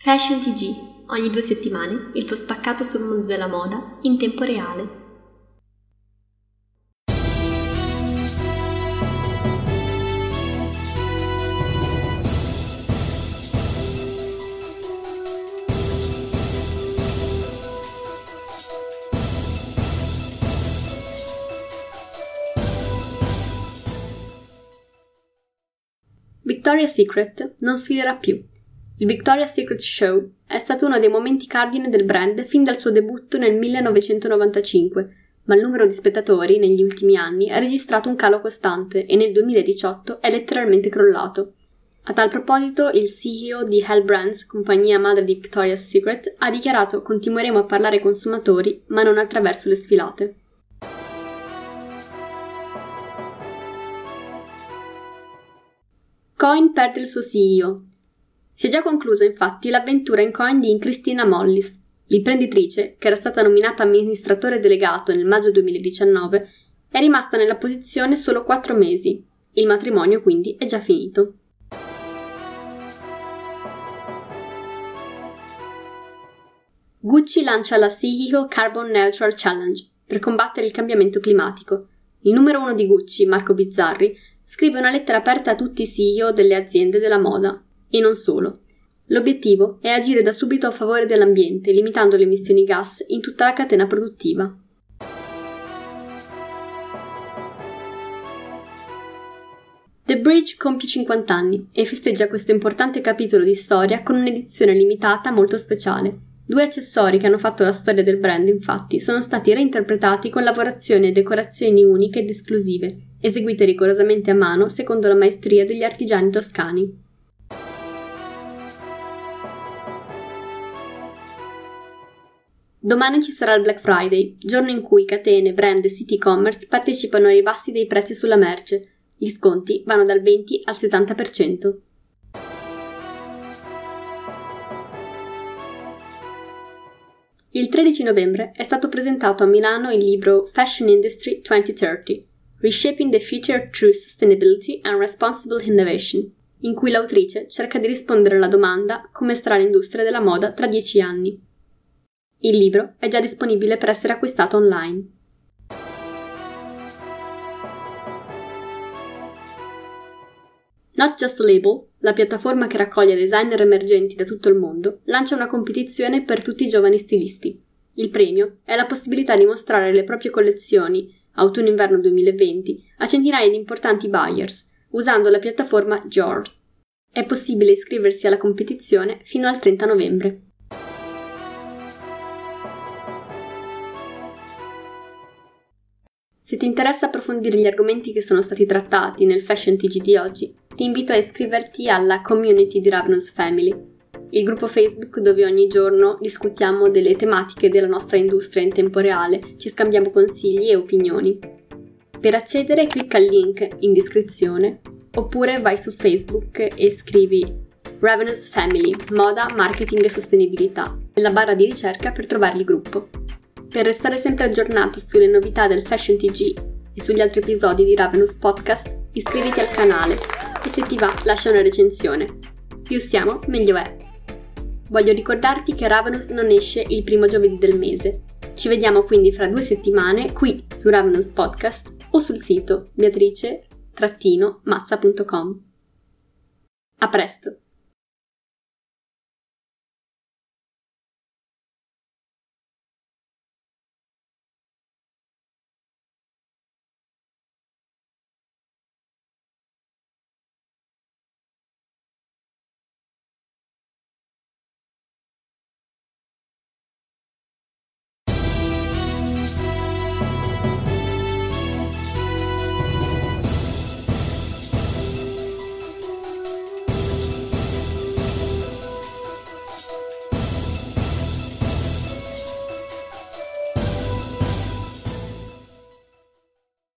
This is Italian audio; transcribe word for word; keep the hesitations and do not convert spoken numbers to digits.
Fashion T G, ogni due settimane il tuo spaccato sul mondo della moda in tempo reale. Victoria's Secret non sfiderà più. Il Victoria's Secret Show è stato uno dei momenti cardine del brand fin dal suo debutto nel millenovecentonovantacinque, ma il numero di spettatori negli ultimi anni ha registrato un calo costante e nel duemiladiciotto è letteralmente crollato. A tal proposito, il C E O di L Brands, compagnia madre di Victoria's Secret, ha dichiarato: continueremo a parlare ai consumatori, ma non attraverso le sfilate. Coin perde il suo C E O. Si è già conclusa infatti l'avventura in Coin di Christina Mollis. L'imprenditrice, che era stata nominata amministratore delegato nel maggio duemiladiciannove, è rimasta nella posizione solo quattro mesi. Il matrimonio quindi è già finito. Gucci lancia la C E O Carbon Neutral Challenge per combattere il cambiamento climatico. Il numero uno di Gucci, Marco Bizzarri, scrive una lettera aperta a tutti i C E O delle aziende della moda. E non solo. L'obiettivo è agire da subito a favore dell'ambiente, limitando le emissioni gas in tutta la catena produttiva. The Bridge compie cinquanta anni e festeggia questo importante capitolo di storia con un'edizione limitata molto speciale. Due accessori che hanno fatto la storia del brand, infatti, sono stati reinterpretati con lavorazioni e decorazioni uniche ed esclusive, eseguite rigorosamente a mano secondo la maestria degli artigiani toscani. Domani ci sarà il Black Friday, giorno in cui catene, brand e siti e-commerce partecipano ai ribassi dei prezzi sulla merce. Gli sconti vanno dal venti al settanta per cento. Il tredici novembre è stato presentato a Milano il libro Fashion Industry duemilatrenta, Reshaping the Future Through Sustainability and Responsible Innovation, in cui l'autrice cerca di rispondere alla domanda: come sarà l'industria della moda tra dieci anni. Il libro è già disponibile per essere acquistato online. Not Just a Label, la piattaforma che raccoglie designer emergenti da tutto il mondo, lancia una competizione per tutti i giovani stilisti. Il premio è la possibilità di mostrare le proprie collezioni autunno-inverno duemilaventi a centinaia di importanti buyers, usando la piattaforma Jord. È possibile iscriversi alla competizione fino al trenta novembre. Se ti interessa approfondire gli argomenti che sono stati trattati nel Fashion T G di oggi, ti invito a iscriverti alla community di Ravenous Family, il gruppo Facebook dove ogni giorno discutiamo delle tematiche della nostra industria in tempo reale, ci scambiamo consigli e opinioni. Per accedere clicca il link in descrizione oppure vai su Facebook e scrivi Ravenous Family, moda, marketing e sostenibilità nella barra di ricerca per trovare il gruppo. Per restare sempre aggiornato sulle novità del Fashion T G e sugli altri episodi di Ravenous Podcast, iscriviti al canale e se ti va lascia una recensione. Più siamo, meglio è. Voglio ricordarti che Ravenous non esce il primo giovedì del mese. Ci vediamo quindi fra due settimane qui su Ravenous Podcast o sul sito beatrice mazza punto com. A presto!